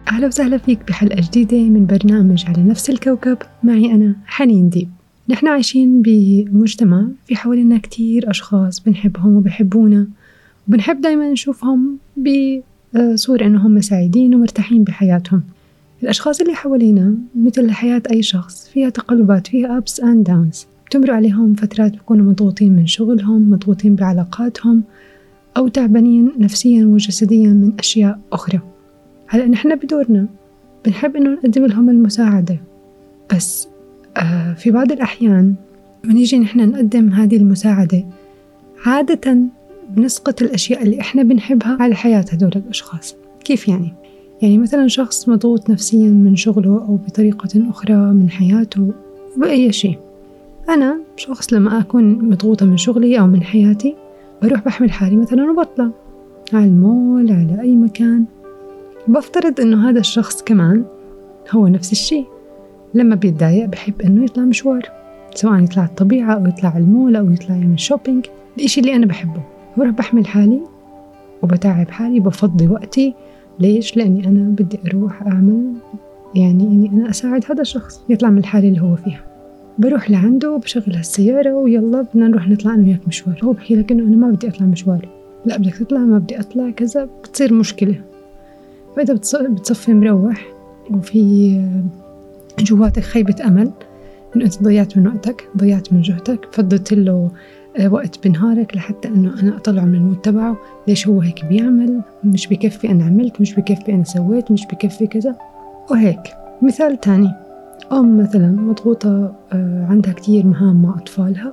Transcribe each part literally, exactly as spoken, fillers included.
أهلا وسهلا فيك بحلقة جديدة من برنامج على نفس الكوكب. معي أنا حنين ديب. نحن عايشين بمجتمع في حوالينا كتير أشخاص بنحبهم وبحبونا، وبنحب دايما نشوفهم بصورة أنهم سعيدين ومرتاحين بحياتهم. الأشخاص اللي حوالينا مثل حياة أي شخص، فيها تقلبات، فيها ups and downs. بتمر عليهم فترات بيكونوا مضغوطين من شغلهم، مضغوطين بعلاقاتهم، أو تعبانين نفسيا وجسديا من أشياء أخرى. هلأ نحن بدورنا بنحب إنه نقدم لهم المساعدة، بس آه في بعض الأحيان بنيجي نحن نقدم هذه المساعدة، عادة بنسقط الأشياء اللي إحنا بنحبها على حياة هدول الأشخاص. كيف يعني؟ يعني مثلا شخص مضغوط نفسيا من شغله أو بطريقة أخرى من حياته بأي شيء. أنا شخص لما أكون مضغوطة من شغلي أو من حياتي بروح بحمل حالي مثلا وبطلع على المول، على أي مكان. بفترض إنه هذا الشخص كمان هو نفس الشيء، لما بيتضايق بحب إنه يطلع مشوار، سواء يطلع الطبيعة أو يطلع المول أو يطلع يعمل شوبينج، الإشي اللي أنا بحبه. بروح بحمل حالي وبتعب حالي، بفضي وقتي. ليش؟ لأني أنا بدي أروح أعمل، يعني إني أنا أساعد هذا الشخص يطلع من الحالة اللي هو فيها. بروح لعنده وبشغل هالسيارة ويلا بدنا نروح نطلع أنا وياك مشوار. هو بحكي لك إنه أنا ما بدي أطلع مشوار. لا بدك تطلع، ما بدي أطلع، كذا بتصير مشكلة. فإذا بتصفي مروح وفي جواتك خيبة أمل إنه أنت ضيعت من وقتك، ضيعت من جهدك، فضيت له وقت بنهارك لحتى إنه أنا أطلع من المود تبعه. ليش هو هيك بيعمل؟ مش بكفي أنا عملت، مش بكفي أنا سويت، مش بكفي كذا وهيك. مثال تاني، أم مثلا مضغوطة عندها كتير مهام مع أطفالها،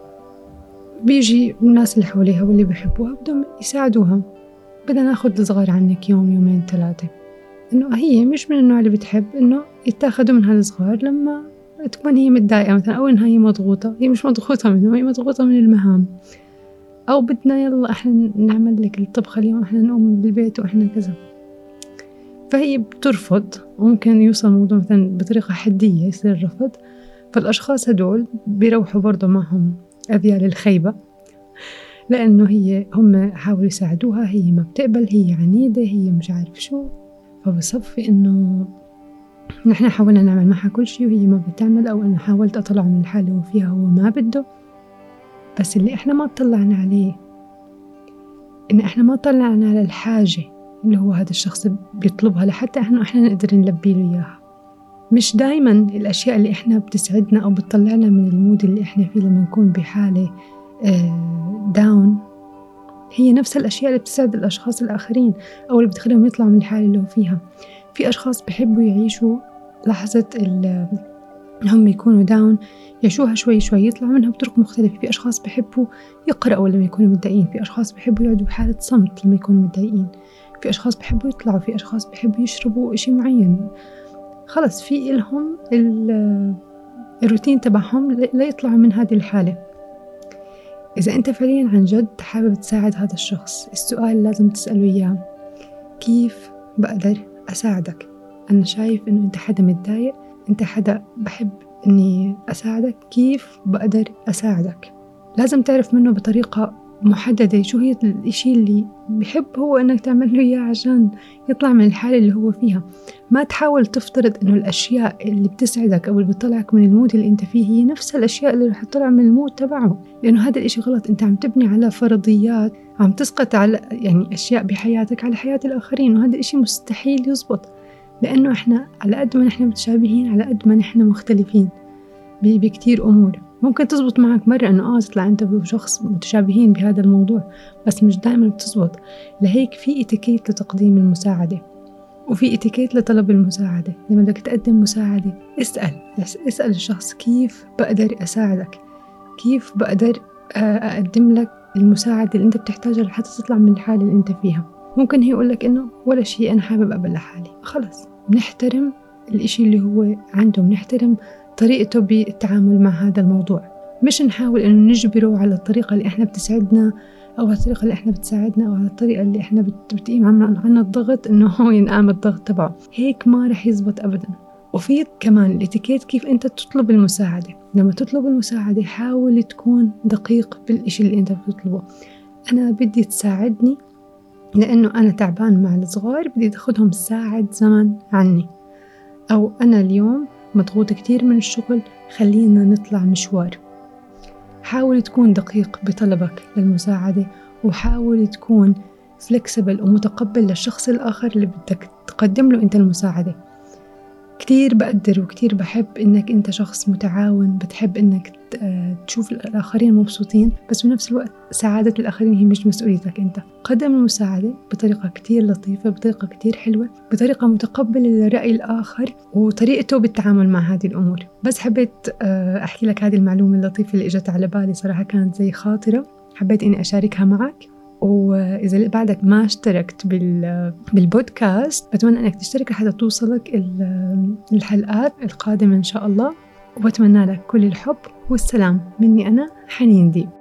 بيجي الناس اللي حواليها واللي بيحبوها بدهم يساعدوها. بدنا ناخد الصغار عنك يوم يومين ثلاثة. إنه هي مش من النوع اللي بتحب إنه يتاخدوا من هالصغار لما تكون هي متضايقة مثلا، أو إنها هي مضغوطة. هي مش مضغوطة منه، هي مضغوطة من المهام. أو بدنا يلا إحنا نعمل لك الطبخة اليوم، إحنا نقوم بالبيت وإحنا كذا. فهي بترفض، وممكن يوصل الموضوع مثلا بطريقة حدية يصير الرفض. فالأشخاص هدول بيروحوا برضو معهم أذيال الخيبة، لأنه هي هم حاولوا يساعدوها، هي ما بتقبل، هي عنيدة، هي مش عارف شو. فبصفي إنه نحن حاولنا نعمل معها كل شيء وهي ما بتعمل، أو أنا حاولت أطلع من الحالة وفيها هو ما بده. بس اللي إحنا ما طلعنا عليه إن إحنا ما طلعنا على الحاجة اللي هو هذا الشخص بيطلبها لحتى إحنا إحنا نقدر نلبي له إياها. مش دايما الأشياء اللي إحنا بتسعدنا أو بتطلعنا من المود اللي إحنا فيه لما نكون بحالة داون هي نفس الأشياء اللي بتسعد الأشخاص الآخرين أو اللي بتخليهم يطلعوا من الحالة اللي هو فيها. في أشخاص بيحبوا يعيشوا لحظة هم يكونوا داون، يعيشوها شوي شوي، يطلعوا منها بطرق مختلفة. في أشخاص بيحبوا يقرأوا لما يكونوا متضايقين، في أشخاص بيحبوا يقعدوا بحالة صمت لما يكونوا متضايقين، في أشخاص بيحبوا يطلعوا، في أشخاص بيحبوا يشربوا إشي معين. خلص في إلهم الروتين تبعهم لا يطلعوا من هذه الحالة. إذا أنت فعليا عن جد حابب تساعد هذا الشخص، السؤال لازم تسأله إياه: كيف بقدر أساعدك؟ أنا شايف إنه أنت حدا متضايق، أنت حدا بحب إني أساعدك، كيف بقدر أساعدك؟ لازم تعرف منه بطريقة محددة شو هي الإشي اللي بحب هو إنك تعمل له إياه عشان يطلع من الحالة اللي هو فيها. ما تحاول تفترض إنه الأشياء اللي بتسعدك أو اللي بتطلعك من المود اللي أنت فيه هي نفس الأشياء اللي رح تطلع من المود تبعه، لأنه هذا الإشي غلط. أنت عم تبني على فرضيات، عم تسقط على يعني أشياء بحياتك على حياة الآخرين، وهذا الإشي مستحيل يزبط، لأنه إحنا على قد ما نحن متشابهين على قد ما نحن مختلفين بكتير أمور. ممكن تزبط معك مرة إنه آه تطلع أنت وشخص متشابهين بهذا الموضوع، بس مش دائما بتزبط. لهيك في إتيكيت لتقديم المساعدة، وفي إتيكيت لطلب المساعدة. لما بدك تقدم مساعدة اسأل اسأل الشخص: كيف بقدر أساعدك؟ كيف بقدر أقدم لك المساعدة اللي أنت بتحتاجها لحتى تطلع من الحالة اللي أنت فيها؟ ممكن هي يقول لك إنه ولا شيء، أنا حابب أقبل لحالي. خلص نحترم الإشي اللي هو عنده، نحترم طريقته بالتعامل مع هذا الموضوع، مش نحاول إنه نجبره على الطريقة اللي إحنا بتسعدنا أو على الطريقة اللي إحنا بتساعدنا أو على الطريقة اللي إحنا بتقيم عنا الضغط إنه هو ينقام الضغط تبعه. هيك ما رح يزبط أبدا. وفي كمان الاتيكيت كيف أنت تطلب المساعدة. لما تطلب المساعدة حاول تكون دقيق بالإشي اللي أنت بتطلبه. أنا بدي تساعدني لأنه أنا تعبان مع الصغار بدي أخذهم ساعة زمن عني، أو أنا اليوم مضغوط كتير من الشغل خلينا نطلع مشوار. حاول تكون دقيق بطلبك للمساعدة، وحاول تكون فليكسبل ومتقبل للشخص الآخر اللي بدك تقدم له أنت المساعدة. كتير بقدر وكتير بحب إنك أنت شخص متعاون، بتحب إنك تشوف الآخرين مبسوطين، بس بنفس الوقت سعادة الآخرين هي مش مسؤوليتك أنت. قدم المساعدة بطريقة كتير لطيفة، بطريقة كتير حلوة، بطريقة متقبلة للرأي الآخر وطريقته بالتعامل مع هذه الأمور. بس حبيت أحكي لك هذه المعلومة اللطيفة اللي إجت على بالي، صراحة كانت زي خاطرة حبيت إني أشاركها معك. وإذا بعدك ما اشتركت بالبودكاست بتمنى أنك تشترك لحتى توصلك الحلقات القادمة إن شاء الله، وبتمنى لك كل الحب والسلام مني أنا حنين ديب.